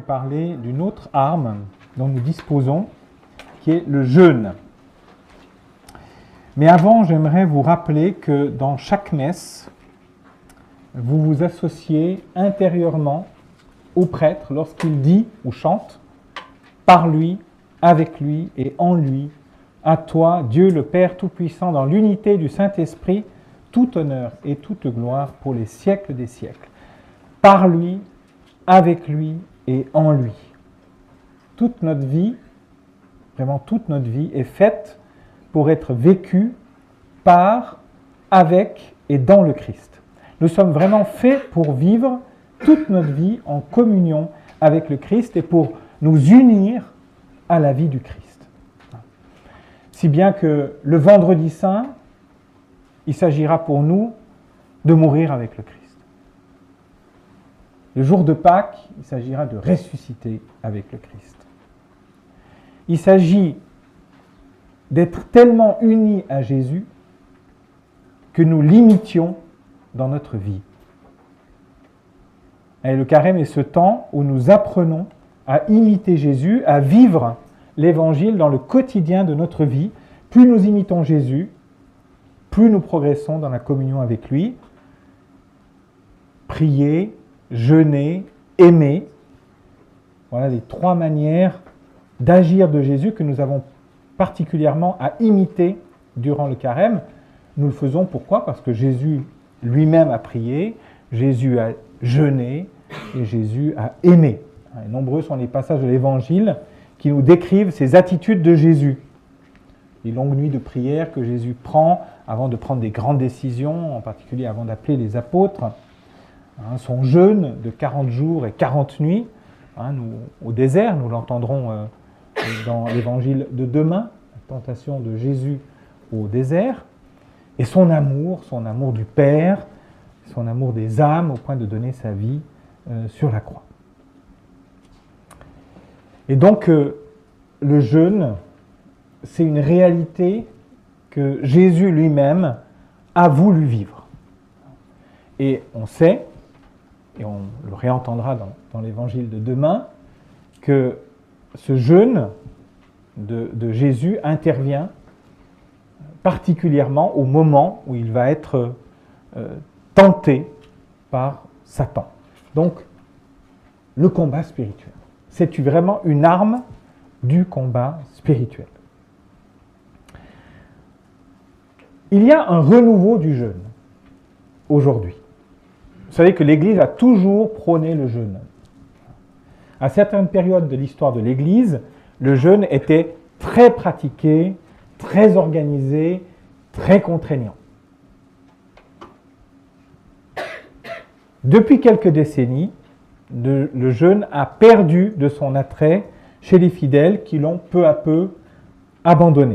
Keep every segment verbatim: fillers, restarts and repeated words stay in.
parler d'une autre arme dont nous disposons, qui est le jeûne. Mais avant, j'aimerais vous rappeler que dans chaque messe, vous vous associez intérieurement au prêtre lorsqu'il dit ou chante « par lui, avec lui et en lui, à toi, Dieu le Père Tout-Puissant, dans l'unité du Saint-Esprit, tout honneur et toute gloire pour les siècles des siècles. Par lui, avec lui et en lui. » Toute notre vie, vraiment toute notre vie, est faite pour être vécue par, avec et dans le Christ. Nous sommes vraiment faits pour vivre toute notre vie en communion avec le Christ et pour nous unir à la vie du Christ. Si bien que le vendredi saint, il s'agira pour nous de mourir avec le Christ. Le jour de Pâques, il s'agira de ressusciter avec le Christ. Il s'agit d'être tellement unis à Jésus que nous l'imitions dans notre vie. Et le carême est ce temps où nous apprenons à imiter Jésus, à vivre l'Évangile dans le quotidien de notre vie. Plus nous imitons Jésus, plus nous progressons dans la communion avec lui. Prier, jeûner, aimer, voilà les trois manières d'agir de Jésus que nous avons particulièrement à imiter durant le carême. Nous le faisons pourquoi ? Parce que Jésus lui-même a prié, Jésus a jeûné et Jésus a aimé. Et nombreux sont les passages de l'Évangile qui nous décrivent ces attitudes de Jésus. Les longues nuits de prière que Jésus prend avant de prendre des grandes décisions, en particulier avant d'appeler les apôtres. Hein, son jeûne de quarante jours et quarante nuits, hein, nous, au désert, nous l'entendrons euh, dans l'Évangile de demain, la tentation de Jésus au désert, et son amour, son amour du Père, son amour des âmes, au point de donner sa vie euh, sur la croix. Et donc, euh, le jeûne, c'est une réalité que Jésus lui-même a voulu vivre. Et on sait, et on le réentendra dans, dans l'évangile de demain, que ce jeûne de, de Jésus intervient particulièrement au moment où il va être euh, tenté par Satan. Donc, le combat spirituel. C'est vraiment une arme du combat spirituel. Il y a un renouveau du jeûne aujourd'hui. Vous savez que l'Église a toujours prôné le jeûne. À certaines périodes de l'histoire de l'Église, le jeûne était très pratiqué, très organisé, très contraignant. Depuis quelques décennies, le, le jeûne a perdu de son attrait chez les fidèles qui l'ont peu à peu abandonné.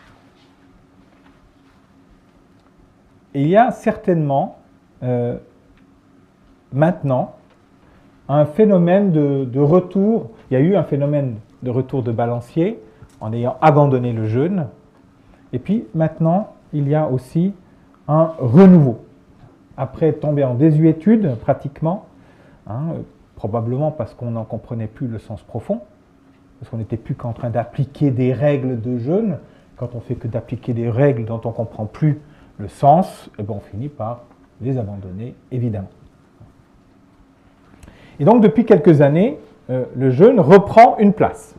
Et il y a certainement euh, maintenant un phénomène de, de retour, il y a eu un phénomène de retour de balancier en ayant abandonné le jeûne, et puis maintenant il y a aussi un renouveau. Après être tombé en désuétude pratiquement, hein, probablement parce qu'on n'en comprenait plus le sens profond, parce qu'on n'était plus qu'en train d'appliquer des règles de jeûne. Quand on fait que d'appliquer des règles dont on ne comprend plus le sens, eh bien on finit par les abandonner, évidemment. Et donc, depuis quelques années, euh, le jeûne reprend une place.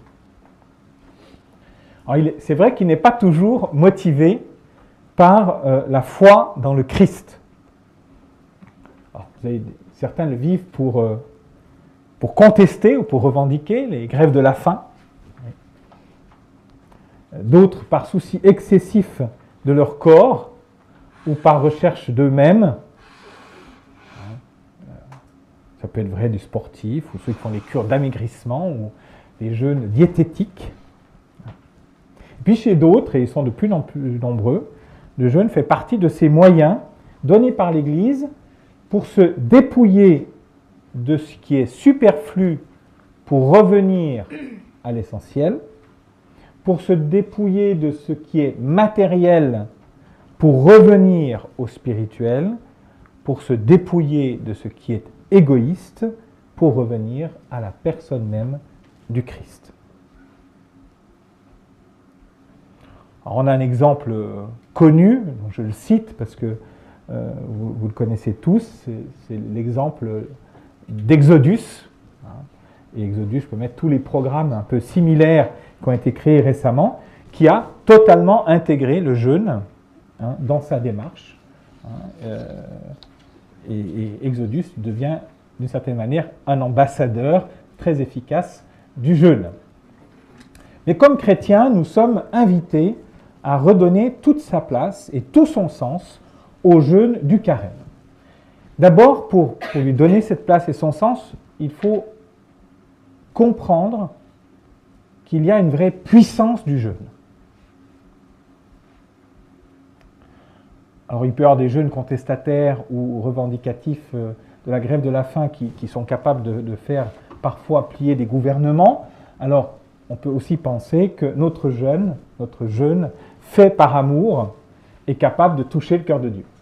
Alors, c'est vrai qu'il n'est pas toujours motivé par euh, la foi dans le Christ. Alors, vous avez, certains le vivent pour, euh, pour contester ou pour revendiquer les grèves de la faim. D'autres par souci excessif de leur corps ou par recherche d'eux-mêmes. Ça peut être vrai du sportif ou ceux qui font les cures d'amaigrissement ou les jeûnes diététiques. Et puis chez d'autres, et ils sont de plus en plus nombreux, le jeûne fait partie de ces moyens donnés par l'Église pour se dépouiller de ce qui est superflu pour revenir à l'essentiel, pour se dépouiller de ce qui est matériel pour revenir au spirituel, pour se dépouiller de ce qui est égoïste pour revenir à la personne même du Christ. Alors on a un exemple connu, donc je le cite parce que euh, vous, vous le connaissez tous, c'est l'exemple d'Exodus. Et Exodus, je peux mettre tous les programmes un peu similaires qui ont été créés récemment, qui a totalement intégré le jeûne hein, dans sa démarche. Hein, euh, et, et Exodus devient d'une certaine manière un ambassadeur très efficace du jeûne. Mais comme chrétiens, nous sommes invités à redonner toute sa place et tout son sens au jeûne du carême. D'abord, pour, pour lui donner cette place et son sens, il faut comprendre qu'il y a une vraie puissance du jeûne. Alors il peut y avoir des jeûnes contestataires ou revendicatifs de la grève de la faim qui, qui sont capables de, de faire parfois plier des gouvernements. Alors on peut aussi penser que notre jeûne, notre jeûne fait par amour est capable de toucher le cœur de Dieu.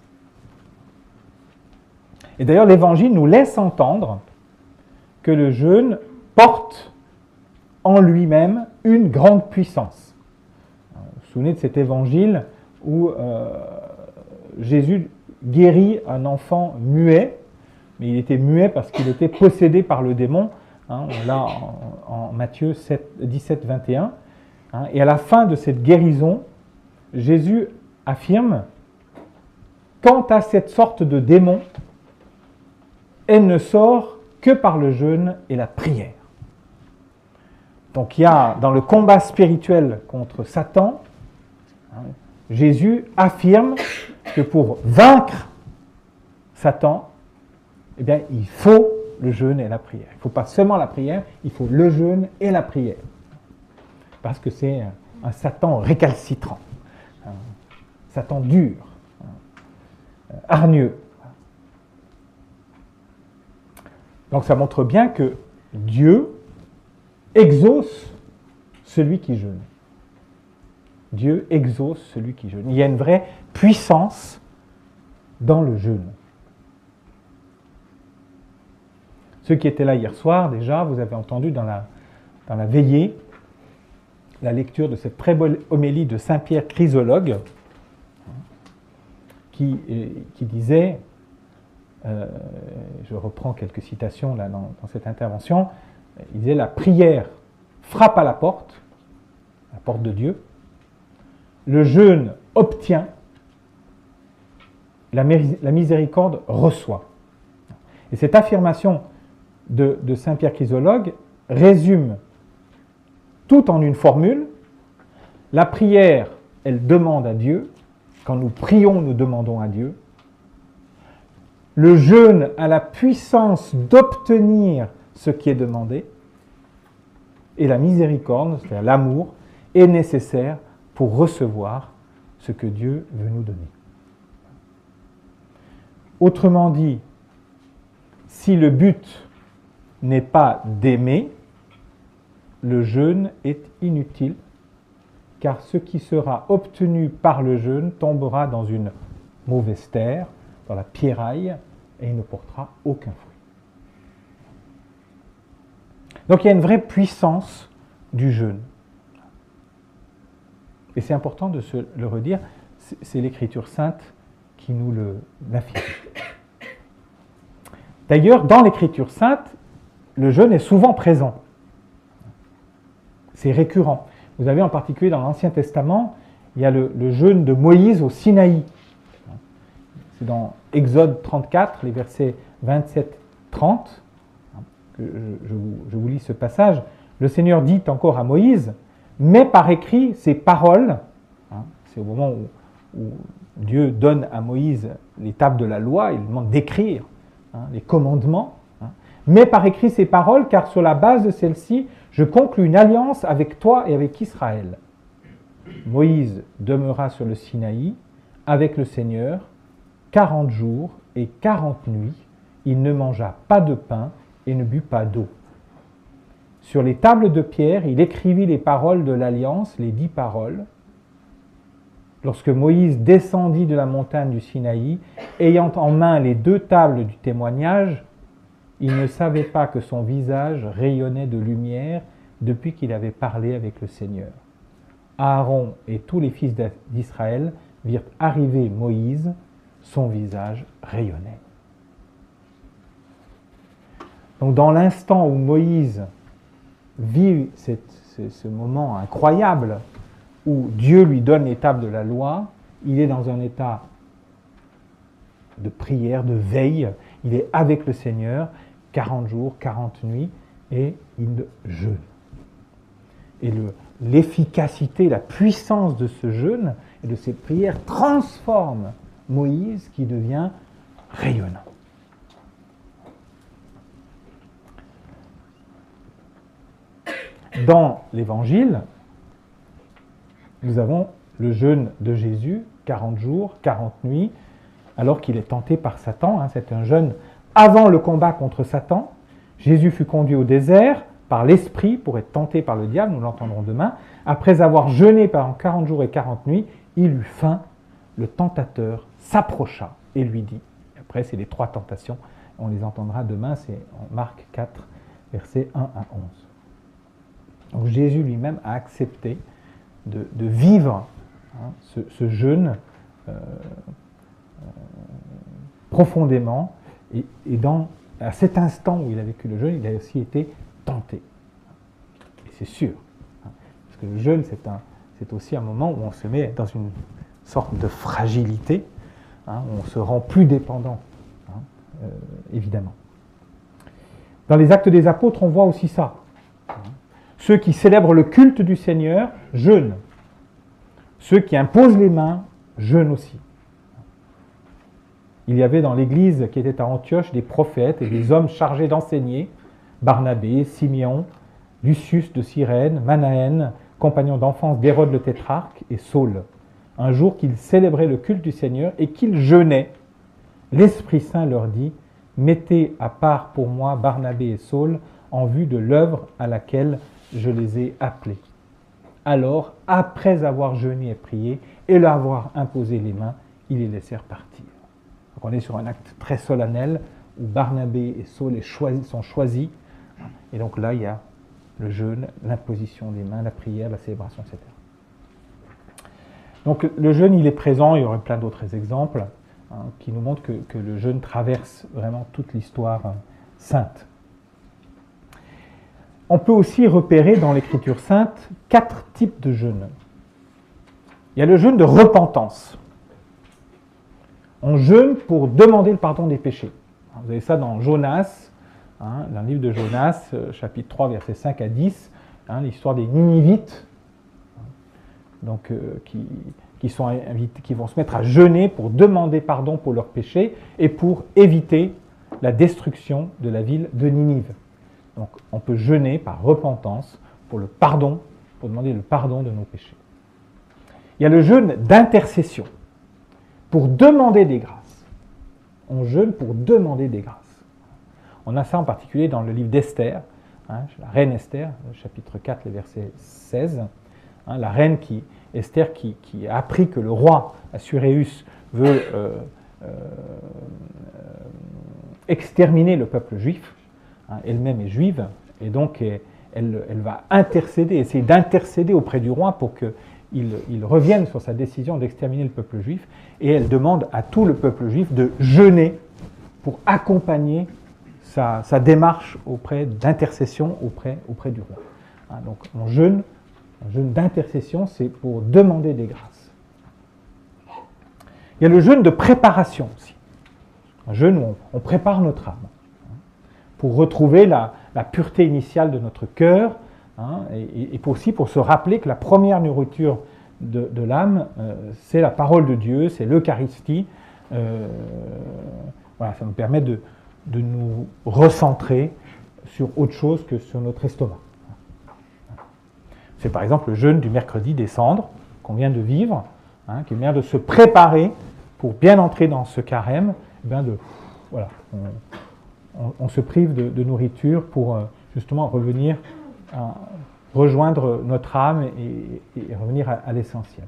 Et d'ailleurs l'Évangile nous laisse entendre que le jeûne porte en lui-même une grande puissance. Vous vous souvenez de cet évangile où euh, Jésus guérit un enfant muet, mais il était muet parce qu'il était possédé par le démon. Hein, on l'a en, en Matthieu dix-sept, vingt et un. Hein, et à la fin de cette guérison, Jésus affirme « Quant à cette sorte de démon, elle ne sort que par le jeûne et la prière. » Donc il y a dans le combat spirituel contre Satan, hein, Jésus affirme que pour vaincre Satan, eh bien, il faut le jeûne et la prière. Il ne faut pas seulement la prière, il faut le jeûne et la prière. Parce que c'est un, un Satan récalcitrant, un Satan dur, un, hargneux. Donc ça montre bien que Dieu exauce celui qui jeûne. Dieu exauce celui qui jeûne. Il y a une vraie puissance dans le jeûne. Ceux qui étaient là hier soir, déjà, vous avez entendu dans la, dans la veillée la lecture de cette très belle homélie de Saint Pierre Chrysologue qui, qui disait, euh, je reprends quelques citations là dans, dans cette intervention, il disait « La prière frappe à la porte, la porte de Dieu, le jeûne obtient, la, la miséricorde reçoit. » Et cette affirmation de, de Saint Pierre Chrysologue résume tout en une formule. La prière, elle demande à Dieu. Quand nous prions, nous demandons à Dieu. Le jeûne a la puissance d'obtenir ce qui est demandé. Et la miséricorde, c'est-à-dire l'amour, est nécessaire pour recevoir ce que Dieu veut nous donner. Autrement dit, si le but n'est pas d'aimer, le jeûne est inutile, car ce qui sera obtenu par le jeûne tombera dans une mauvaise terre, dans la pierraille, et il ne portera aucun fruit. Donc il y a une vraie puissance du jeûne. Et c'est important de se le redire, c'est l'Écriture sainte qui nous l'affirme. D'ailleurs, dans l'Écriture sainte, le jeûne est souvent présent. C'est récurrent. Vous avez en particulier dans l'Ancien Testament, il y a le, le jeûne de Moïse au Sinaï. C'est dans Exode trente-quatre, les versets vingt-sept trente, que je, je, vous, je vous lis ce passage. Le Seigneur dit encore à Moïse, « Mets par écrit ces paroles. » C'est au moment où, où Dieu donne à Moïse les tables de la loi, il demande d'écrire hein, les commandements. Hein. « Mets par écrit ces paroles, car sur la base de celles-ci, je conclus une alliance avec toi et avec Israël. » Moïse demeura sur le Sinaï avec le Seigneur quarante jours et quarante nuits. Il ne mangea pas de pain et ne but pas d'eau. Sur les tables de pierre, il écrivit les paroles de l'alliance, les dix paroles. Lorsque Moïse descendit de la montagne du Sinaï, ayant en main les deux tables du témoignage, Il ne savait pas que son visage rayonnait de lumière depuis qu'il avait parlé avec le Seigneur. Aaron et tous les fils d'Israël virent arriver Moïse, son visage rayonnait. Donc dans l'instant où Moïse vit cette, ce, ce moment incroyable où Dieu lui donne les tables de la loi, il est dans un état de prière, de veille, il est avec le Seigneur, quarante jours, quarante nuits, et il jeûne. Et le, l'efficacité, la puissance de ce jeûne et de ces prières transforme Moïse qui devient rayonnant. Dans l'Évangile, nous avons le jeûne de Jésus, quarante jours, quarante nuits, alors qu'il est tenté par Satan. Hein, c'est un jeûne avant le combat contre Satan. Jésus fut conduit au désert par l'Esprit pour être tenté par le diable, nous l'entendrons demain. Après avoir jeûné pendant quarante jours et quarante nuits, il eut faim. Le tentateur s'approcha et lui dit, après c'est les trois tentations, on les entendra demain, c'est en Marc quatre, versets un à onze. Donc Jésus lui-même a accepté de, de vivre hein, ce, ce jeûne euh, euh, profondément, et, et dans, à cet instant où il a vécu le jeûne, il a aussi été tenté. Et c'est sûr, hein, parce que le jeûne, c'est, un, c'est aussi un moment où on se met dans une sorte de fragilité, hein, où on se rend plus dépendant, hein, euh, évidemment. Dans les Actes des Apôtres, on voit aussi ça. Hein. Ceux qui célèbrent le culte du Seigneur jeûnent. Ceux qui imposent les mains jeûnent aussi. Il y avait dans l'église qui était à Antioche des prophètes et des hommes chargés d'enseigner, Barnabé, Siméon, Lucius de Cyrène, Manaën, compagnon d'enfance d'Hérode le tétrarque, et Saul. Un jour qu'ils célébraient le culte du Seigneur et qu'ils jeûnaient, l'Esprit Saint leur dit « Mettez à part pour moi Barnabé et Saul en vue de l'œuvre à laquelle je les ai appelés. » Alors, après avoir jeûné et prié et leur avoir imposé les mains, ils les laissèrent partir. Donc on est sur un acte très solennel où Barnabé et Saul sont choisis. Et donc là, il y a le jeûne, l'imposition des mains, la prière, la célébration, et cetera. Donc le jeûne, il est présent, il y aurait plein d'autres exemples hein, qui nous montrent que, que le jeûne traverse vraiment toute l'histoire hein, sainte. On peut aussi repérer dans l'Écriture sainte quatre types de jeûne. Il y a le jeûne de repentance. On jeûne pour demander le pardon des péchés. Vous avez ça dans Jonas, hein, dans le livre de Jonas, chapitre trois, versets cinq à dix, hein, l'histoire des Ninivites, donc, euh, qui, qui, sont invités, qui vont se mettre à jeûner pour demander pardon pour leurs péchés et pour éviter la destruction de la ville de Ninive. Donc on peut jeûner par repentance pour le pardon, pour demander le pardon de nos péchés. Il y a le jeûne d'intercession, pour demander des grâces. On jeûne pour demander des grâces. On a ça en particulier dans le livre d'Esther, hein, la reine Esther, chapitre quatre, les versets seize. Hein, la reine qui, Esther qui, qui a appris que le roi Assuérus veut euh, euh, exterminer le peuple juif. Hein, elle-même est juive, et donc elle, elle va intercéder, essayer d'intercéder auprès du roi pour qu'il il revienne sur sa décision d'exterminer le peuple juif, et elle demande à tout le peuple juif de jeûner pour accompagner sa, sa démarche auprès d'intercession auprès, auprès du roi. Hein, donc on jeûne, un jeûne d'intercession, c'est pour demander des grâces. Il y a le jeûne de préparation aussi, un jeûne où on, on prépare notre âme, pour retrouver la, la pureté initiale de notre cœur, hein, et, et aussi pour se rappeler que la première nourriture de, de l'âme, euh, c'est la parole de Dieu, c'est l'Eucharistie. Euh, voilà, ça nous permet de, de nous recentrer sur autre chose que sur notre estomac. C'est par exemple le jeûne du mercredi des cendres qu'on vient de vivre, hein, qui vient de se préparer pour bien entrer dans ce carême. Eh bien de, voilà, on, On, on se prive de, de nourriture pour euh, justement revenir à rejoindre notre âme et, et revenir à, à l'essentiel.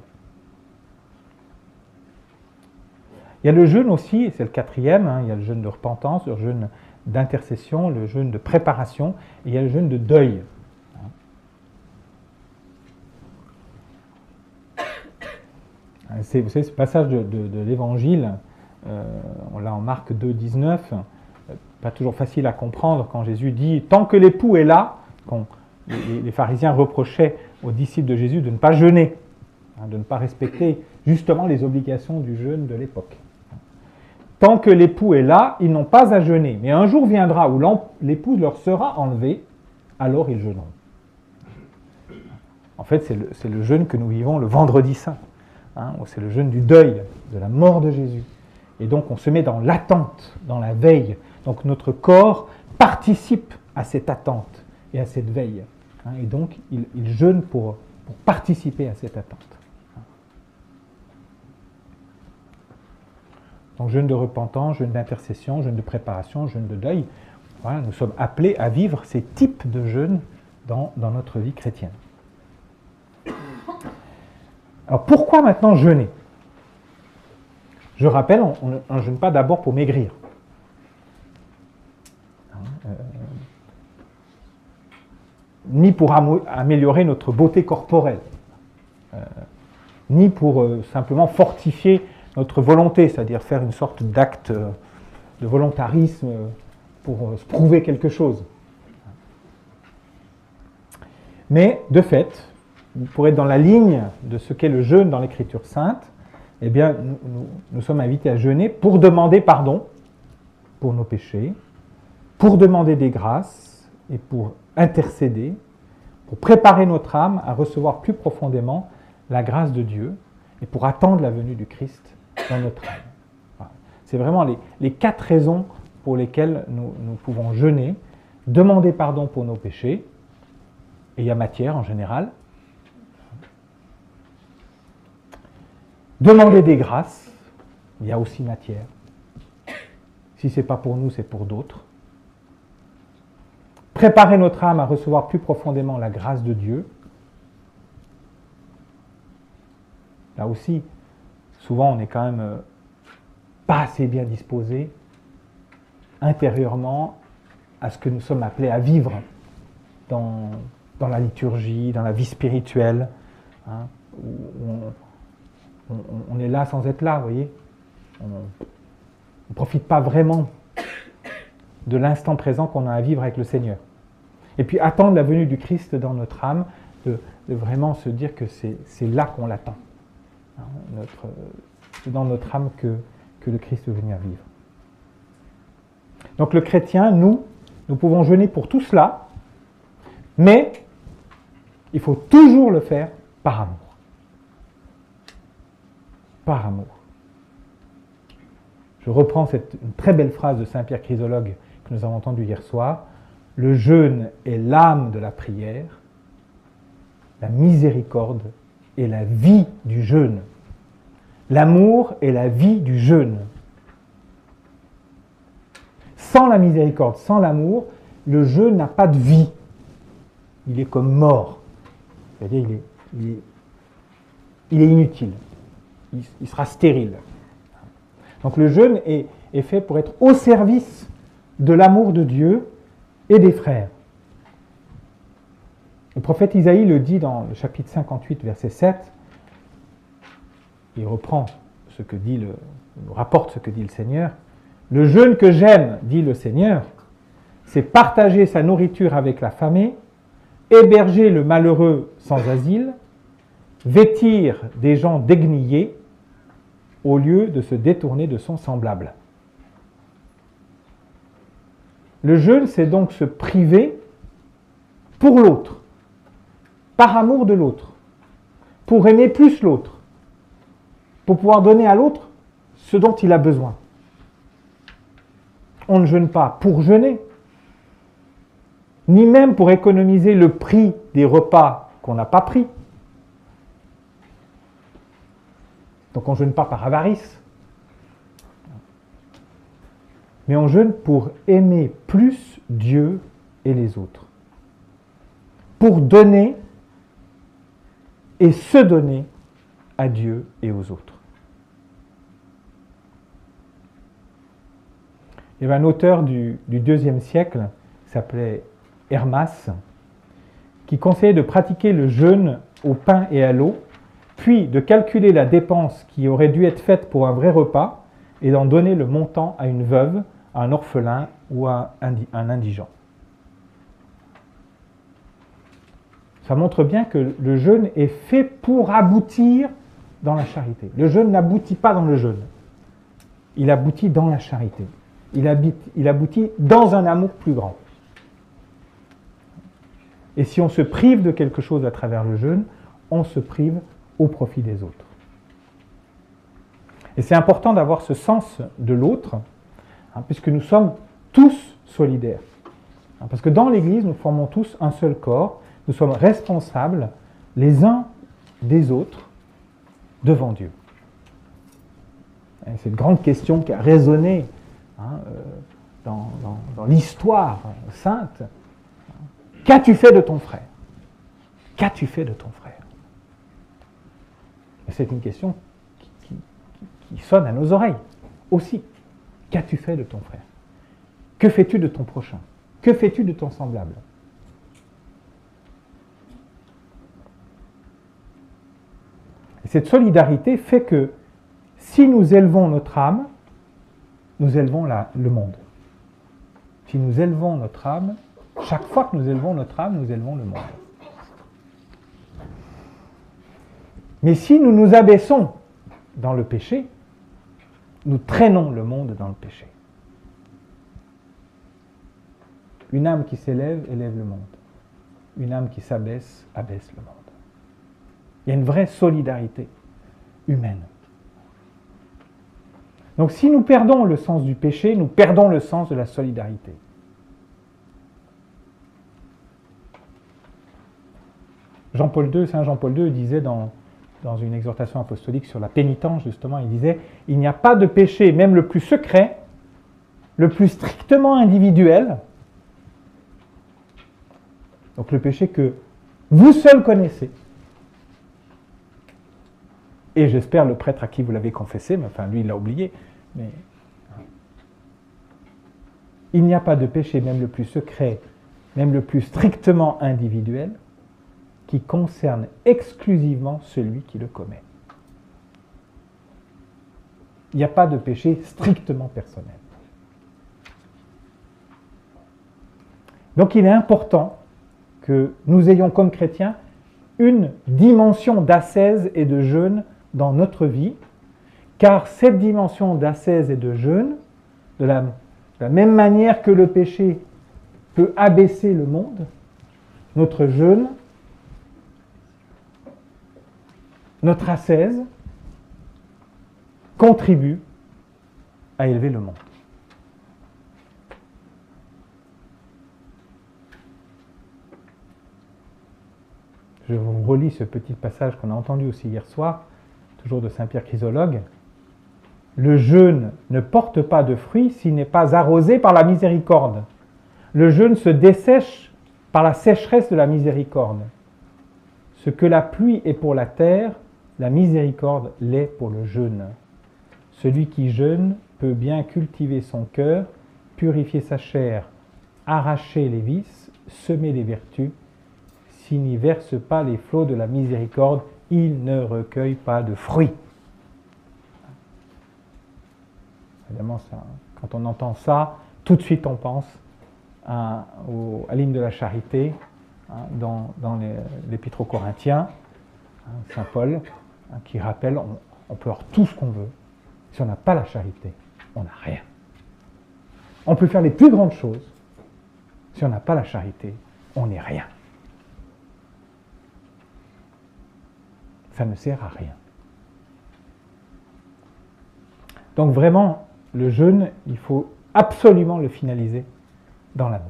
Il y a le jeûne aussi, et c'est le quatrième, hein, il y a le jeûne de repentance, le jeûne d'intercession, le jeûne de préparation, et il y a le jeûne de deuil. C'est, vous savez, ce passage de, de, de l'Évangile, euh, on l'a en Marc deux, dix-neuf, pas toujours facile à comprendre quand Jésus dit « Tant que l'époux est là », quand les, les pharisiens reprochaient aux disciples de Jésus de ne pas jeûner, hein, de ne pas respecter justement les obligations du jeûne de l'époque. Tant que l'époux est là, ils n'ont pas à jeûner. Mais un jour viendra où l'épouse leur sera enlevée, alors ils jeûneront. En fait, c'est le, c'est le jeûne que nous vivons le vendredi saint. Hein, c'est le jeûne du deuil, de la mort de Jésus. Et donc on se met dans l'attente, dans la veille. Donc notre corps participe à cette attente et à cette veille. Hein, et donc il, il jeûne pour, pour participer à cette attente. Donc jeûne de repentance, jeûne d'intercession, jeûne de préparation, jeûne de deuil. Voilà, nous sommes appelés à vivre ces types de jeûnes dans, dans notre vie chrétienne. Alors pourquoi maintenant jeûner? Je rappelle, on ne jeûne pas d'abord pour maigrir. Euh, ni pour améliorer notre beauté corporelle, euh, ni pour euh, simplement fortifier notre volonté, c'est-à-dire faire une sorte d'acte de volontarisme pour euh, se prouver quelque chose. Mais de fait, pour être dans la ligne de ce qu'est le jeûne dans l'Écriture sainte, eh bien, nous, nous, nous sommes invités à jeûner pour demander pardon pour nos péchés, pour demander des grâces et pour intercéder, pour préparer notre âme à recevoir plus profondément la grâce de Dieu et pour attendre la venue du Christ dans notre âme. Voilà. C'est vraiment les, les quatre raisons pour lesquelles nous, nous pouvons jeûner, demander pardon pour nos péchés, et il y a matière en général, demander des grâces, il y a aussi matière. Si ce n'est pas pour nous, c'est pour d'autres. Préparer notre âme à recevoir plus profondément la grâce de Dieu. Là aussi, souvent on n'est quand même euh, pas assez bien disposé intérieurement à ce que nous sommes appelés à vivre dans, dans la liturgie, dans la vie spirituelle, hein, où on, on, on est là sans être là, vous voyez. On ne profite pas vraiment de l'instant présent qu'on a à vivre avec le Seigneur. Et puis attendre la venue du Christ dans notre âme, de, de vraiment se dire que c'est, c'est là qu'on l'attend. Hein, notre, c'est dans notre âme que, que le Christ veut venir vivre. Donc le chrétien, nous, nous pouvons jeûner pour tout cela, mais il faut toujours le faire par amour. Par amour. Je reprends cette une très belle phrase de Saint Pierre Chrysologue que nous avons entendue hier soir. Le jeûne est l'âme de la prière, la miséricorde est la vie du jeûne. L'amour est la vie du jeûne. Sans la miséricorde, sans l'amour, le jeûne n'a pas de vie. Il est comme mort. C'est-à-dire il est, il est, il est inutile. Il, il sera stérile. Donc le jeûne est, est fait pour être au service de l'amour de Dieu et des frères. Le prophète Isaïe le dit dans le chapitre cinquante-huit, verset sept. Il reprend ce que dit le, il rapporte ce que dit le Seigneur. Le jeûne que j'aime, dit le Seigneur, c'est partager sa nourriture avec l'affamé, héberger le malheureux sans asile, vêtir des gens dégnillés, au lieu de se détourner de son semblable. Le jeûne, c'est donc se priver pour l'autre, par amour de l'autre, pour aimer plus l'autre, pour pouvoir donner à l'autre ce dont il a besoin. On ne jeûne pas pour jeûner, ni même pour économiser le prix des repas qu'on n'a pas pris. Donc on ne jeûne pas par avarice, mais on jeûne pour aimer plus Dieu et les autres, pour donner et se donner à Dieu et aux autres. Il y avait un auteur du, du deuxième siècle, qui s'appelait Hermas, qui conseillait de pratiquer le jeûne au pain et à l'eau, puis de calculer la dépense qui aurait dû être faite pour un vrai repas et d'en donner le montant à une veuve, à un orphelin ou à un indigent. Ça montre bien que le jeûne est fait pour aboutir dans la charité. Le jeûne n'aboutit pas dans le jeûne. Il aboutit dans la charité. Il, habite, il aboutit dans un amour plus grand. Et si on se prive de quelque chose à travers le jeûne, on se prive au profit des autres. Et c'est important d'avoir ce sens de l'autre, hein, puisque nous sommes tous solidaires. Hein, parce que dans l'Église, nous formons tous un seul corps, nous sommes responsables les uns des autres devant Dieu. Et c'est une grande question qui a résonné hein, euh, dans, dans, dans l'histoire sainte. Qu'as-tu fait de ton frère? Qu'as-tu fait de ton frère? C'est une question qui, qui, qui sonne à nos oreilles aussi. Qu'as-tu fait de ton frère? Que fais-tu de ton prochain? Que fais-tu de ton semblable? Et cette solidarité fait que si nous élevons notre âme, nous élevons la, le monde. Si nous élevons notre âme, chaque fois que nous élevons notre âme, nous élevons le monde. Mais si nous nous abaissons dans le péché, nous traînons le monde dans le péché. Une âme qui s'élève, élève le monde. Une âme qui s'abaisse, abaisse le monde. Il y a une vraie solidarité humaine. Donc si nous perdons le sens du péché, nous perdons le sens de la solidarité. Jean-Paul deux, Saint Jean-Paul deux disait dans, dans une exhortation apostolique sur la pénitence, justement, il disait « Il n'y a pas de péché, même le plus secret, le plus strictement individuel, donc le péché que vous seul connaissez, et j'espère le prêtre à qui vous l'avez confessé, mais enfin lui il l'a oublié, mais il n'y a pas de péché, même le plus secret, même le plus strictement individuel, qui concerne exclusivement celui qui le commet. Il n'y a pas de péché strictement personnel. Donc il est important que nous ayons comme chrétiens une dimension d'ascèse et de jeûne dans notre vie, car cette dimension d'ascèse et de jeûne, de la, de la même manière que le péché peut abaisser le monde, notre jeûne, notre ascèse contribue à élever le monde. Je vous relis ce petit passage qu'on a entendu aussi hier soir, toujours de Saint Pierre Chrysologue. Le jeûne ne porte pas de fruits s'il n'est pas arrosé par la miséricorde. Le jeûne se dessèche par la sécheresse de la miséricorde. Ce que la pluie est pour la terre, la miséricorde l'est pour le jeûne. Celui qui jeûne peut bien cultiver son cœur, purifier sa chair, arracher les vices, semer les vertus. S'il n'y verse pas les flots de la miséricorde, il ne recueille pas de fruits. Évidemment, ça, quand on entend ça, tout de suite on pense à, au, à l'hymne de la charité, hein, dans, dans l'Épître aux Corinthiens, hein, Saint Paul, hein, qui rappelle, on, on peut avoir tout ce qu'on veut, si on n'a pas la charité, on n'a rien. On peut faire les plus grandes choses, si on n'a pas la charité, on n'est rien. Ça ne sert à rien. Donc vraiment, le jeûne, il faut absolument le finaliser dans l'amour.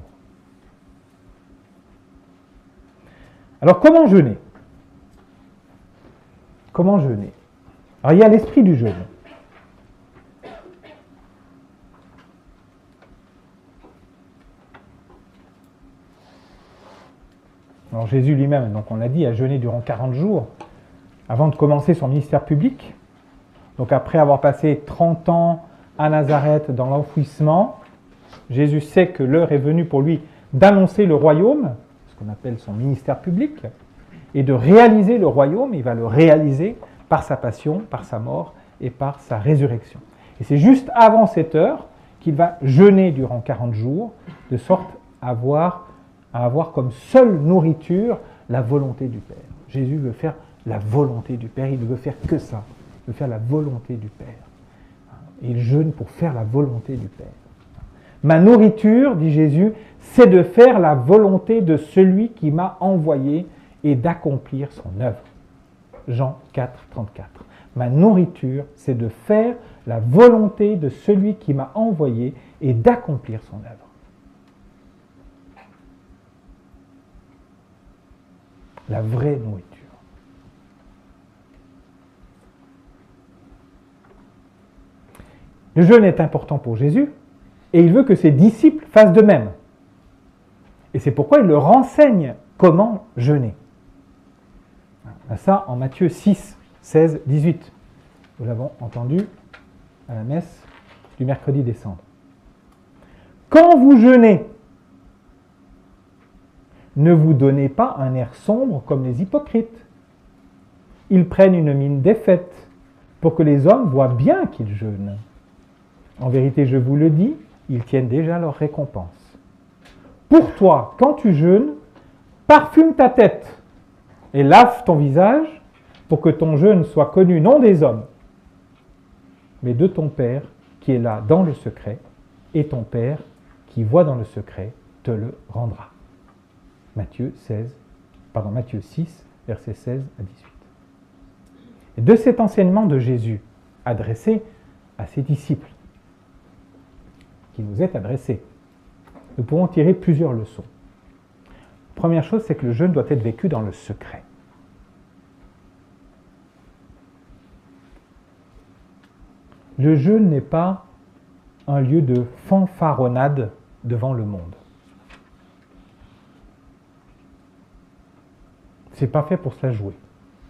Alors comment jeûner? Comment jeûner? Alors il y a l'esprit du jeûne. Alors Jésus lui-même, donc on l'a dit, a jeûné durant quarante jours avant de commencer son ministère public. Donc après avoir passé trente ans à Nazareth dans l'enfouissement, Jésus sait que l'heure est venue pour lui d'annoncer le royaume, ce qu'on appelle son ministère public, et de réaliser le royaume. Il va le réaliser par sa passion, par sa mort et par sa résurrection. Et c'est juste avant cette heure qu'il va jeûner durant quarante jours, de sorte à avoir, à avoir comme seule nourriture la volonté du Père. Jésus veut faire la volonté du Père, il ne veut faire que ça, il veut faire la volonté du Père. Et il jeûne pour faire la volonté du Père. Ma nourriture, dit Jésus, c'est de faire la volonté de celui qui m'a envoyé et d'accomplir son œuvre. Jean quatre, trente-quatre. Ma nourriture, c'est de faire la volonté de celui qui m'a envoyé et d'accomplir son œuvre. La vraie nourriture. Le jeûne est important pour Jésus et il veut que ses disciples fassent de même. Et c'est pourquoi il leur enseigne comment jeûner. Ça en Matthieu six, seize, dix-huit. Nous l'avons entendu à la messe du mercredi décembre. Quand vous jeûnez, ne vous donnez pas un air sombre comme les hypocrites. Ils prennent une mine défaite pour que les hommes voient bien qu'ils jeûnent. En vérité, je vous le dis, ils tiennent déjà leur récompense. Pour toi, quand tu jeûnes, parfume ta tête et lave ton visage pour que ton jeûne soit connu non des hommes, mais de ton Père qui est là dans le secret, et ton Père qui voit dans le secret te le rendra. Matthieu seize, pardon, Matthieu six, versets seize à dix-huit. Et de cet enseignement de Jésus adressé à ses disciples, qui nous est adressé, nous pouvons tirer plusieurs leçons. Première chose, c'est que le jeûne doit être vécu dans le secret. Le jeûne n'est pas un lieu de fanfaronnade devant le monde. C'est pas fait pour se la jouer.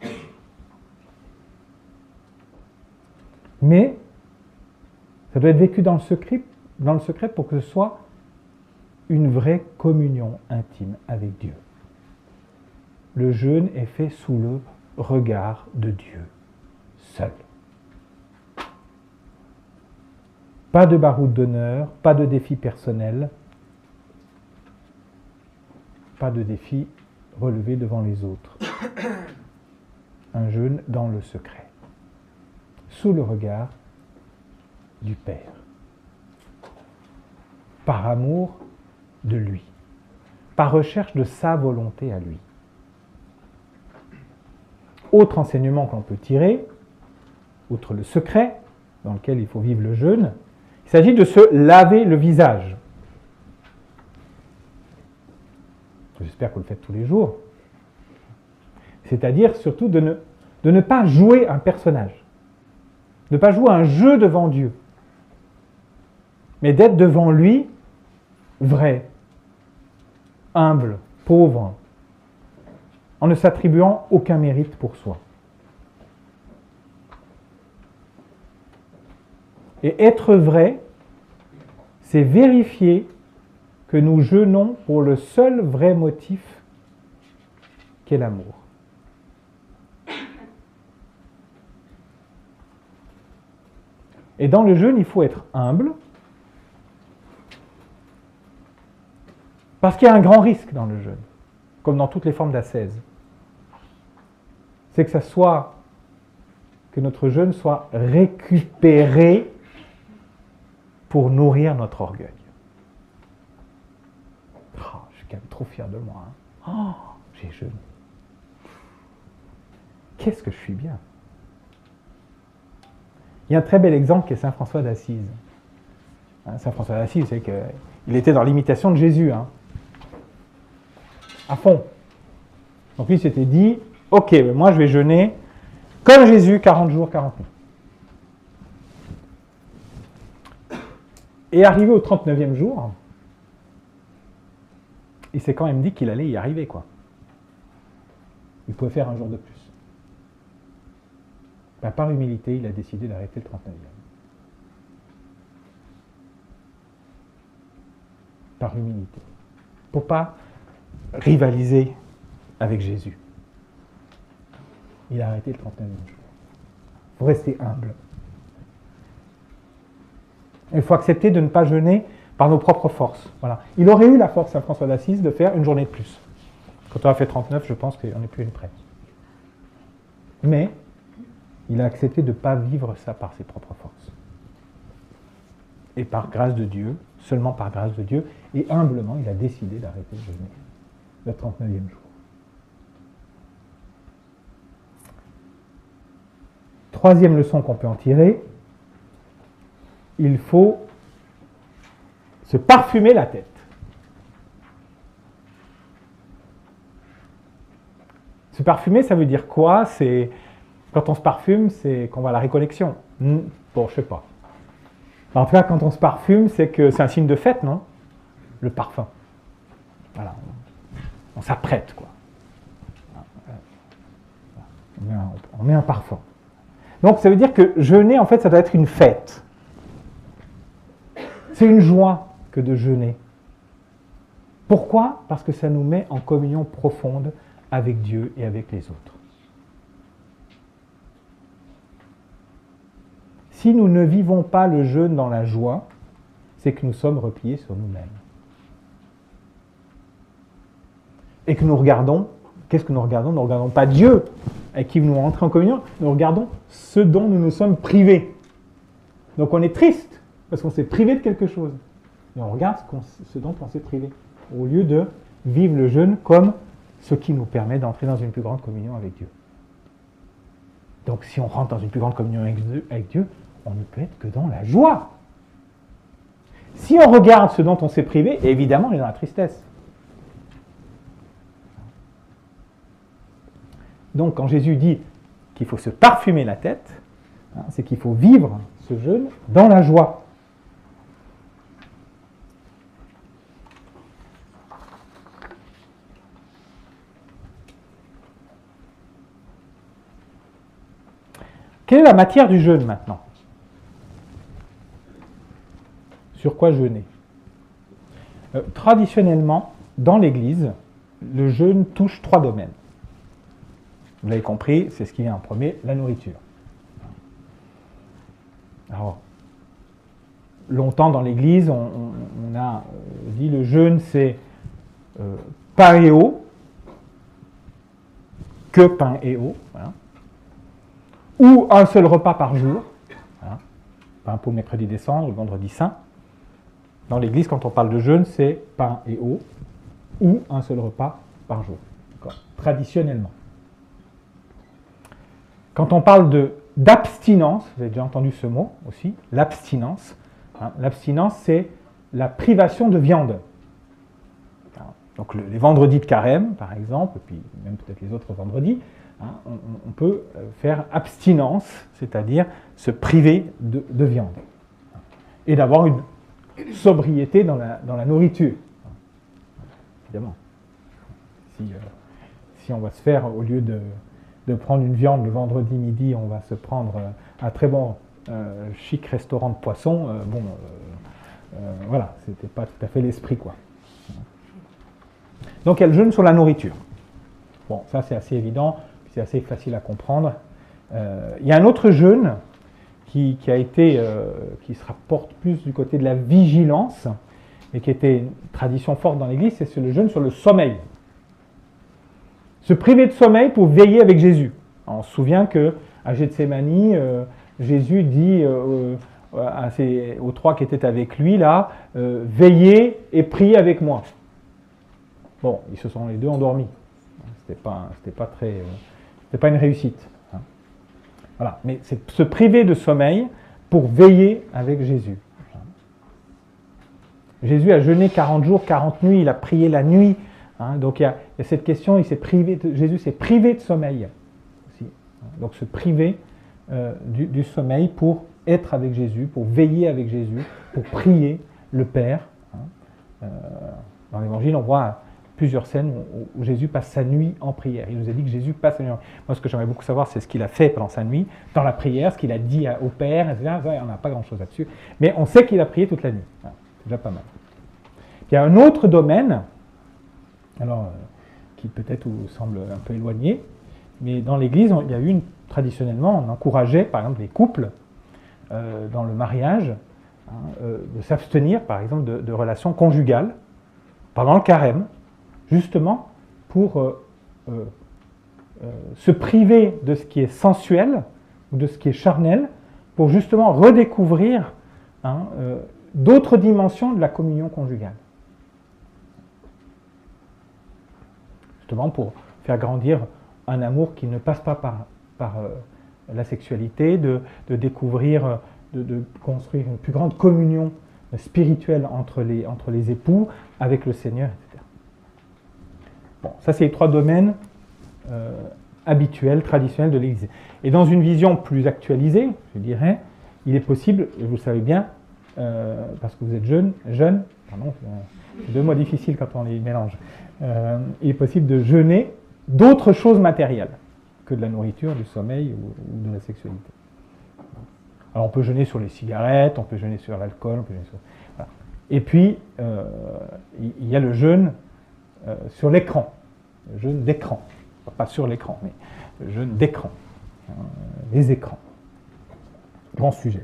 Mais ça doit être vécu dans le secret, dans le secret pour que ce soit une vraie communion intime avec Dieu. Le jeûne est fait sous le regard de Dieu, seul. Pas de baroud d'honneur, pas de défi personnel, pas de défi relevé devant les autres. Un jeûne dans le secret, sous le regard du Père, par amour de lui, par recherche de sa volonté à lui. Autre enseignement qu'on peut tirer, outre le secret dans lequel il faut vivre le jeûne, il s'agit de se laver le visage. J'espère que vous le faites tous les jours. C'est-à-dire surtout de ne, de ne pas jouer un personnage, de ne pas jouer un jeu devant Dieu, mais d'être devant lui vrai, humble, pauvre, en ne s'attribuant aucun mérite pour soi. Et être vrai, c'est vérifier que nous jeûnons pour le seul vrai motif qu'est l'amour. Et dans le jeûne, il faut être humble, parce qu'il y a un grand risque dans le jeûne, comme dans toutes les formes d'ascèse. C'est que ça soit, que notre jeûne soit récupéré pour nourrir notre orgueil. Oh, je suis quand même trop fier de moi. Hein. Oh, j'ai jeûné. Qu'est-ce que je suis bien. Il y a un très bel exemple qui est Saint François d'Assise. Hein, Saint François d'Assise, c'est qu'il était dans l'imitation de Jésus, hein, à fond. Donc lui s'était dit, ok, moi je vais jeûner comme Jésus, quarante jours, quarante nuits. Et arrivé au trente-neuvième jour, il s'est quand même dit qu'il allait y arriver, quoi. Il pouvait faire un jour de plus. Ben, par humilité, il a décidé d'arrêter le trente-neuvième. par humilité. Pour ne pas rivaliser avec Jésus. Il a arrêté le trente-neuvième jour. Il faut rester humble. Il faut accepter de ne pas jeûner par nos propres forces. Voilà. Il aurait eu la force, Saint François d'Assise, de faire une journée de plus. Quand on a fait trente-neuf, je pense qu'on n'est plus une prête. Mais il a accepté de ne pas vivre ça par ses propres forces. Et par grâce de Dieu, seulement par grâce de Dieu, et humblement, il a décidé d'arrêter de jeûner le trente-neuvième jour. Troisième leçon qu'on peut en tirer, il faut se parfumer la tête. Se parfumer, ça veut dire quoi? C'est quand on se parfume, c'est qu'on va à la récollection. Bon, je sais pas. En tout cas, quand on se parfume, c'est que c'est un signe de fête, non? Le parfum. Voilà. On s'apprête, quoi. On met, un, on met un parfum. Donc, ça veut dire que jeûner, en fait, ça doit être une fête. C'est une joie que de jeûner. Pourquoi? Parce que ça nous met en communion profonde avec Dieu et avec les autres. Si nous ne vivons pas le jeûne dans la joie, c'est que nous sommes repliés sur nous-mêmes. Et que nous regardons, qu'est-ce que nous regardons? Nous ne regardons pas Dieu avec qui nous rentrons en communion, nous regardons ce dont nous nous sommes privés. Donc on est triste, parce qu'on s'est privé de quelque chose. Et on regarde ce, qu'on, ce dont on s'est privé, au lieu de vivre le jeûne comme ce qui nous permet d'entrer dans une plus grande communion avec Dieu. Donc si on rentre dans une plus grande communion avec Dieu, on ne peut être que dans la joie. Si on regarde ce dont on s'est privé, évidemment, on est dans la tristesse. Donc quand Jésus dit qu'il faut se parfumer la tête, hein, c'est qu'il faut vivre ce jeûne dans la joie. Quelle est la matière du jeûne maintenant? Sur quoi jeûner? euh, Traditionnellement, dans l'Église, le jeûne touche trois domaines. Vous l'avez compris, c'est ce qui vient en premier, la nourriture. Alors, longtemps dans l'Église, on, on, on a dit le jeûne, c'est euh, pain et eau, que pain et eau, voilà. Ou un seul repas par jour, voilà. Pain pour le mercredi des cendres, le vendredi saint. Dans l'Église, quand on parle de jeûne, c'est pain et eau, ou un seul repas par jour, traditionnellement. Quand on parle de, d'abstinence, vous avez déjà entendu ce mot aussi, l'abstinence. Hein, l'abstinence, c'est la privation de viande. Alors, donc le, les vendredis de carême, par exemple, et puis même peut-être les autres vendredis, hein, on, on peut faire abstinence, c'est-à-dire se priver de, de viande. Et d'avoir une sobriété dans la, dans la nourriture. Évidemment. Si, euh, si on va se faire, au lieu de... de prendre une viande le vendredi midi, on va se prendre un très bon euh, chic restaurant de poisson, euh, bon, euh, euh, voilà, c'était pas tout à fait l'esprit, quoi. Donc il y a le jeûne sur la nourriture. Bon, ça c'est assez évident, c'est assez facile à comprendre. Euh, il y a un autre jeûne qui, qui a été, euh, qui se rapporte plus du côté de la vigilance, et qui était une tradition forte dans l'Église, c'est le jeûne sur le sommeil. Se priver de sommeil pour veiller avec Jésus. On se souvient qu'à Gethsémani, euh, Jésus dit euh, euh, à ses, aux trois qui étaient avec lui, là, euh, veillez et priez avec moi. Bon, ils se sont les deux endormis. C'était pas, c'était pas très, euh, c'était pas une réussite. Hein. Voilà, mais c'est se priver de sommeil pour veiller avec Jésus. Jésus a jeûné quarante jours, quarante nuits, il a prié la nuit. Hein, donc il y, a, il y a cette question, il s'est privé de, Jésus s'est privé de sommeil aussi. Donc se priver euh, du, du sommeil pour être avec Jésus, pour veiller avec Jésus, pour prier le Père. Hein. Euh, dans l'Évangile, on voit plusieurs scènes où, où Jésus passe sa nuit en prière. Il nous a dit que Jésus passe sa nuit en prière. Moi, ce que j'aimerais beaucoup savoir, c'est ce qu'il a fait pendant sa nuit, dans la prière, ce qu'il a dit à, au Père, et cetera. On n'a pas grand-chose là-dessus. Mais on sait qu'il a prié toute la nuit. Hein, c'est déjà pas mal. Il y a un autre domaine, alors, euh, qui peut-être vous semble un peu éloigné, mais dans l'Église, il y a eu une, traditionnellement, on encourageait par exemple les couples euh, dans le mariage hein, euh, de s'abstenir par exemple de, de relations conjugales pendant le carême, justement pour euh, euh, euh, se priver de ce qui est sensuel ou de ce qui est charnel, pour justement redécouvrir hein, euh, d'autres dimensions de la communion conjugale. Justement pour faire grandir un amour qui ne passe pas par, par euh, la sexualité, de, de découvrir, de, de construire une plus grande communion spirituelle entre les, entre les époux, avec le Seigneur, et cetera. Bon, ça c'est les trois domaines euh, habituels, traditionnels de l'Église. Et dans une vision plus actualisée, je dirais, il est possible, et vous le savez bien, euh, parce que vous êtes jeune, jeune, pardon, c'est deux mots difficiles quand on les mélange, euh, il est possible de jeûner d'autres choses matérielles que de la nourriture, du sommeil ou, ou de la sexualité. Alors on peut jeûner sur les cigarettes, on peut jeûner sur l'alcool, on peut jeûner sur... Voilà. Et puis, euh, il y a le jeûne euh, sur l'écran, le jeûne d'écran, pas sur l'écran, mais le jeûne d'écran, euh, les écrans. Grand sujet.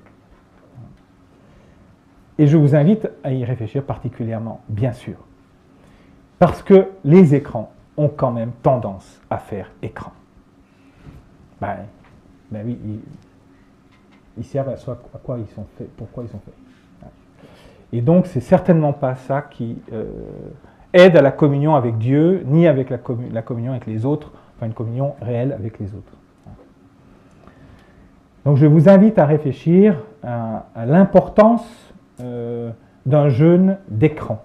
Et je vous invite à y réfléchir particulièrement, bien sûr, parce que les écrans ont quand même tendance à faire écran. Ben, ben oui, ils, ils servent à, soi, à quoi ils sont faits, pourquoi ils sont faits. Et donc, c'est certainement pas ça qui euh, aide à la communion avec Dieu, ni avec la, commun la communion avec les autres, enfin une communion réelle avec les autres. Donc, je vous invite à réfléchir à, à l'importance euh, d'un jeûne d'écran.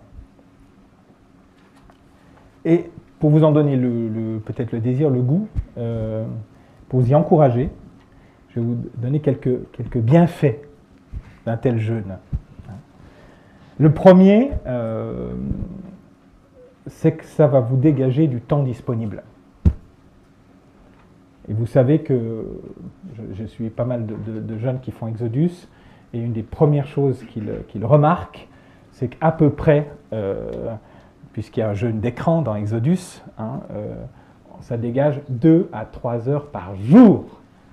Et pour vous en donner le, le, peut-être le désir, le goût, euh, pour vous y encourager, je vais vous donner quelques, quelques bienfaits d'un tel jeûne. Le premier, euh, c'est que ça va vous dégager du temps disponible. Et vous savez que je, je suis pas mal de, de, de jeunes qui font Exodus, et une des premières choses qu'ils qu'ils remarquent, c'est qu'à peu près, euh, puisqu'il y a un jeûne d'écran dans Exodus, hein, euh, ça dégage deux à trois heures par jour.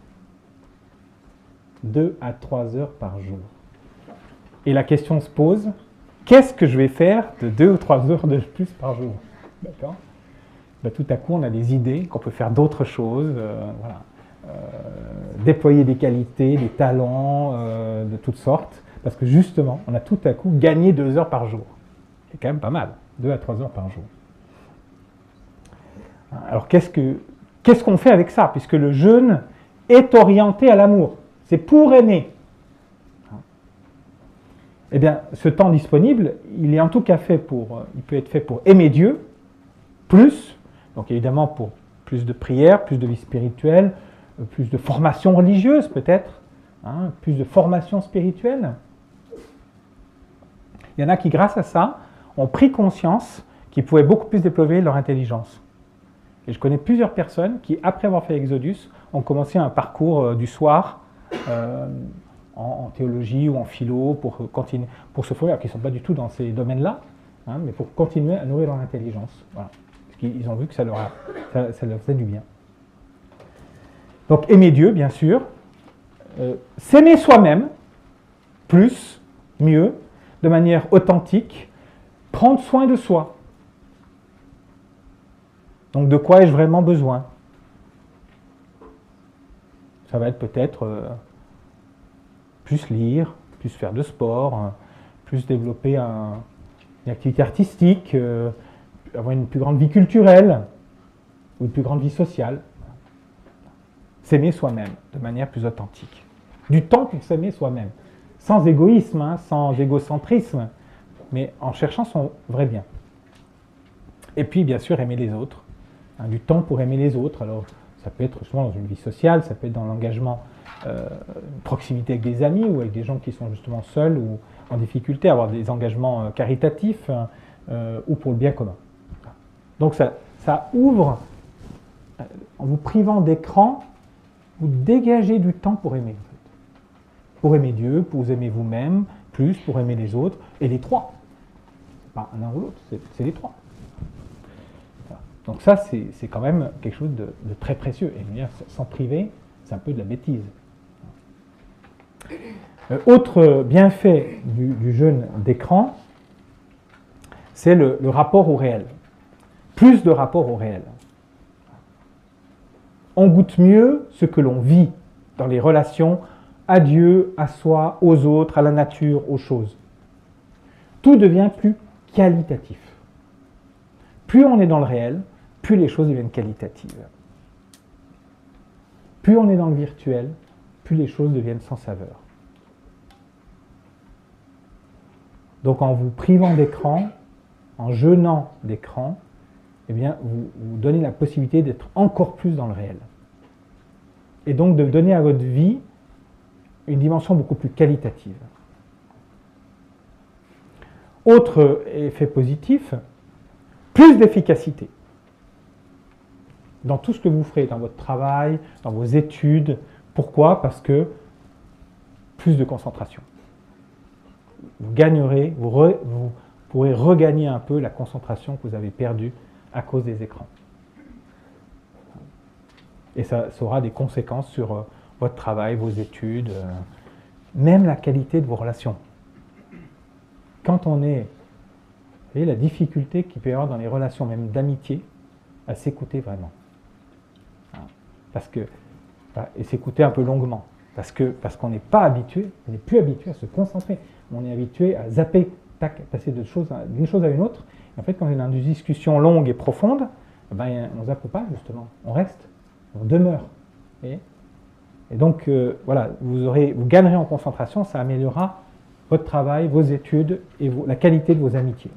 deux à trois heures par jour. Et la question se pose, qu'est-ce que je vais faire de deux ou trois heures de plus par jour? D'accord? Ben, tout à coup, on a des idées qu'on peut faire d'autres choses, euh, voilà. euh, déployer des qualités, des talents euh, de toutes sortes, parce que justement, on a tout à coup gagné deux heures par jour. C'est quand même pas mal, deux à trois heures par jour. Alors, qu'est-ce que, qu'est-ce qu'on fait avec ça? Puisque le jeûne est orienté à l'amour. C'est pour aimer. Eh bien, ce temps disponible, il est en tout cas fait pour, il peut être fait pour aimer Dieu, plus, donc évidemment pour plus de prières, plus de vie spirituelle, plus de formation religieuse peut-être, hein, plus de formation spirituelle. Il y en a qui, grâce à ça, ont pris conscience qu'ils pouvaient beaucoup plus déployer leur intelligence. Et je connais plusieurs personnes qui, après avoir fait Exodus, ont commencé un parcours euh, du soir euh, en, en théologie ou en philo pour, continuer, pour se former, alors qu'ils ne sont pas du tout dans ces domaines-là, hein, mais pour continuer à nourrir leur intelligence. Voilà. Parce qu'ils ont vu que ça leur, a, ça, ça leur faisait du bien. Donc aimer Dieu, bien sûr, euh, s'aimer soi-même, plus, mieux, de manière authentique, prendre soin de soi. Donc de quoi ai-je vraiment besoin? Ça va être peut-être euh, plus lire, plus faire de sport, euh, plus développer un, une activité artistique, euh, avoir une plus grande vie culturelle ou une plus grande vie sociale. S'aimer soi-même de manière plus authentique. Du temps pour s'aimer soi-même, sans égoïsme, hein, sans égocentrisme, mais en cherchant son vrai bien. Et puis bien sûr aimer les autres. Du temps pour aimer les autres. Alors, ça peut être souvent dans une vie sociale, ça peut être dans l'engagement, euh, une proximité avec des amis ou avec des gens qui sont justement seuls ou en difficulté, avoir des engagements euh, caritatifs euh, ou pour le bien commun. Donc, ça, ça ouvre, euh, en vous privant d'écran, vous dégagez du temps pour aimer. En fait. Pour aimer Dieu, pour vous aimer vous-même, plus pour aimer les autres, et les trois. pas l'un ou l'autre, c'est les trois. Voilà. Donc ça, c'est quand même quelque chose de, de très précieux. Et s'en priver, c'est un peu de la bêtise. Euh, autre bienfait du, du jeûne d'écran, c'est le, le rapport au réel. Plus de rapport au réel. On goûte mieux ce que l'on vit dans les relations à Dieu, à soi, aux autres, à la nature, aux choses. Tout devient plus qualitatif. Plus on est dans le réel, plus les choses deviennent qualitatives. Plus on est dans le virtuel, plus les choses deviennent sans saveur. Donc en vous privant d'écran, en jeûnant d'écran, eh bien, vous, vous donnez la possibilité d'être encore plus dans le réel. Et donc de donner à votre vie une dimension beaucoup plus qualitative. Autre effet positif, plus d'efficacité. Dans tout ce que vous ferez, dans votre travail, dans vos études. Pourquoi? Parce que plus de concentration. Vous gagnerez, vous, re, vous pourrez regagner un peu la concentration que vous avez perdue à cause des écrans. Et ça, ça aura des conséquences sur euh, votre travail, vos études, euh, même la qualité de vos relations. Quand on est, vous voyez la difficulté qu'il peut y avoir dans les relations, même d'amitié, à s'écouter vraiment. Parce que, et s'écouter un peu longuement. Parce que parce qu'on n'est pas habitué, on n'est plus habitué à se concentrer. On est habitué à zapper, tac, passer d'une chose, chose à une autre. Et en fait, quand on est dans une discussion longue et profonde, ben, on ne zappe pas justement. On reste, on demeure. Et, et donc, euh, voilà, vous, aurez, vous gagnerez en concentration, ça améliorera votre travail, vos études et vos, la qualité de vos amitiés.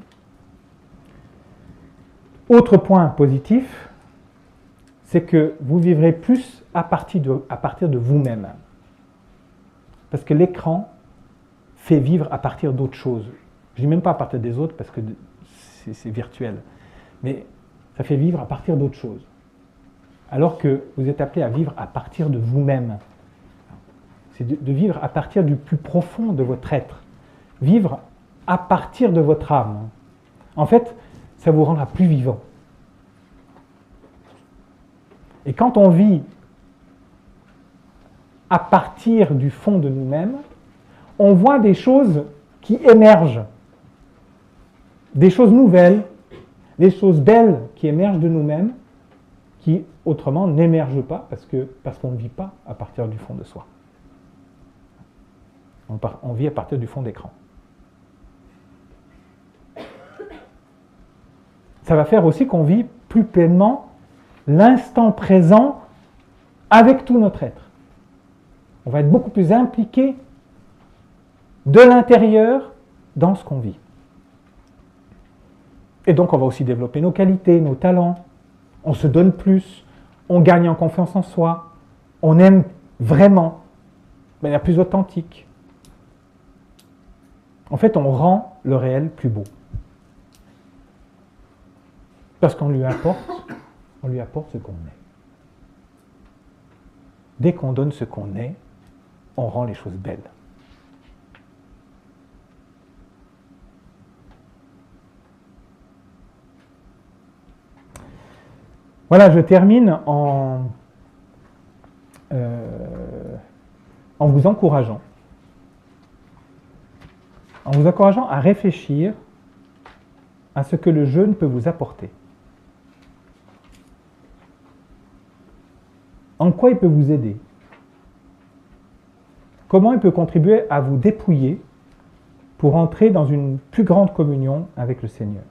Autre point positif, c'est que vous vivrez plus à partir de, à partir de vous-même. Parce que l'écran fait vivre à partir d'autres choses. Je ne dis même pas à partir des autres parce que c'est virtuel. Mais ça fait vivre à partir d'autres choses. Alors que vous êtes appelé à vivre à partir de vous-même. C'est de, de vivre à partir du plus profond de votre être. Vivre à partir de votre âme. En fait, ça vous rendra plus vivant. Et quand on vit à partir du fond de nous-mêmes, on voit des choses qui émergent, des choses nouvelles, des choses belles qui émergent de nous-mêmes, qui autrement n'émergent pas parce que parce qu'on ne vit pas à partir du fond de soi. On, part, on vit à partir du fond d'écran. Ça va faire aussi qu'on vit plus pleinement l'instant présent avec tout notre être. On va être beaucoup plus impliqué de l'intérieur dans ce qu'on vit. Et donc on va aussi développer nos qualités, nos talents. On se donne plus, on gagne en confiance en soi, on aime vraiment, de manière plus authentique. En fait, on rend le réel plus beau. Parce qu'on lui apporte, on lui apporte ce qu'on est. Dès qu'on donne ce qu'on est, on rend les choses belles. Voilà, je termine en, euh, en vous encourageant, en vous encourageant à réfléchir à ce que le jeûne peut vous apporter. En quoi il peut vous aider? Comment il peut contribuer à vous dépouiller pour entrer dans une plus grande communion avec le Seigneur?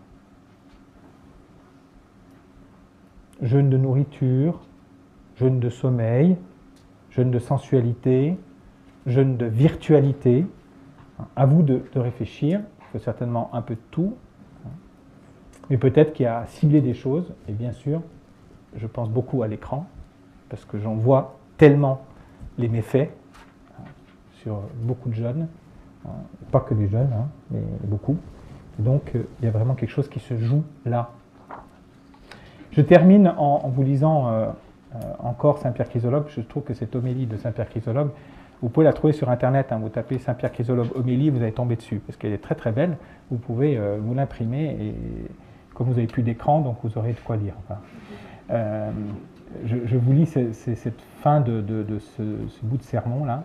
Jeûne de nourriture, jeûne de sommeil, jeûne de sensualité, jeûne de virtualité. À vous de, de réfléchir, il faut certainement un peu de tout, mais peut-être qu'il y a à cibler des choses, et bien sûr, je pense beaucoup à l'écran, parce que j'en vois tellement les méfaits sur beaucoup de jeunes, pas que des jeunes, hein, mais beaucoup. Donc il y a vraiment quelque chose qui se joue là. Je termine en, en vous lisant euh, euh, encore Saint Pierre Chrysologue. Je trouve que cette homélie de Saint Pierre Chrysologue Vous pouvez la trouver sur Internet, hein, vous tapez Saint-Pierre Chrysologue homélie, vous allez tomber dessus, parce qu'elle est très très belle. Vous pouvez euh, vous l'imprimer, et comme vous n'avez plus d'écran, donc vous aurez de quoi lire. Enfin, euh, je, je vous lis ce, ce, cette fin de, de, de ce, ce bout de sermon-là.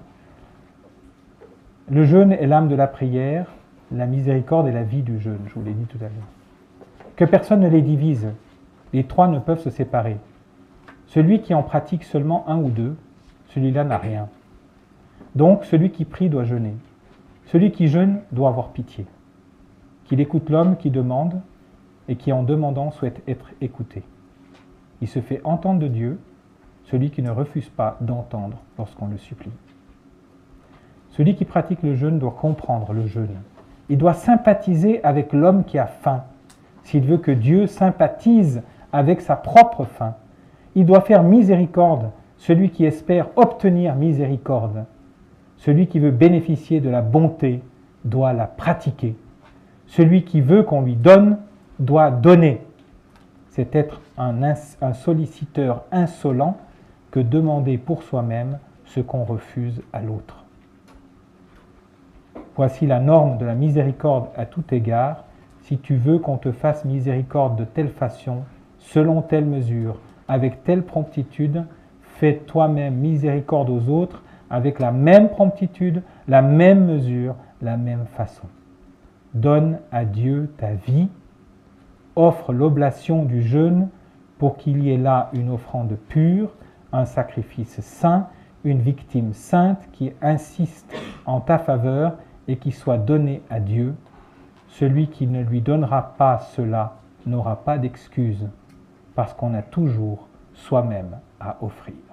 Le jeûne est l'âme de la prière, la miséricorde est la vie du jeûne, je vous l'ai dit tout à l'heure. Que personne ne les divise, les trois ne peuvent se séparer. Celui qui en pratique seulement un ou deux, celui-là n'a rien. Donc celui qui prie doit jeûner. Celui qui jeûne doit avoir pitié. Qu'il écoute l'homme qui demande et qui en demandant souhaite être écouté. Il se fait entendre de Dieu, celui qui ne refuse pas d'entendre lorsqu'on le supplie. Celui qui pratique le jeûne doit comprendre le jeûne. Il doit sympathiser avec l'homme qui a faim, s'il veut que Dieu sympathise avec sa propre faim. Il doit faire miséricorde, celui qui espère obtenir miséricorde. Celui qui veut bénéficier de la bonté doit la pratiquer. Celui qui veut qu'on lui donne doit donner. C'est être un, un solliciteur insolent que demander pour soi-même ce qu'on refuse à l'autre. Voici la norme de la miséricorde à tout égard. Si tu veux qu'on te fasse miséricorde de telle façon, selon telle mesure, avec telle promptitude, fais toi-même miséricorde aux autres avec la même promptitude, la même mesure, la même façon. Donne à Dieu ta vie, offre l'oblation du jeûne pour qu'il y ait là une offrande pure, un sacrifice saint, une victime sainte qui insiste en ta faveur et qui soit donnée à Dieu. Celui qui ne lui donnera pas cela n'aura pas d'excuse, parce qu'on a toujours soi-même à offrir.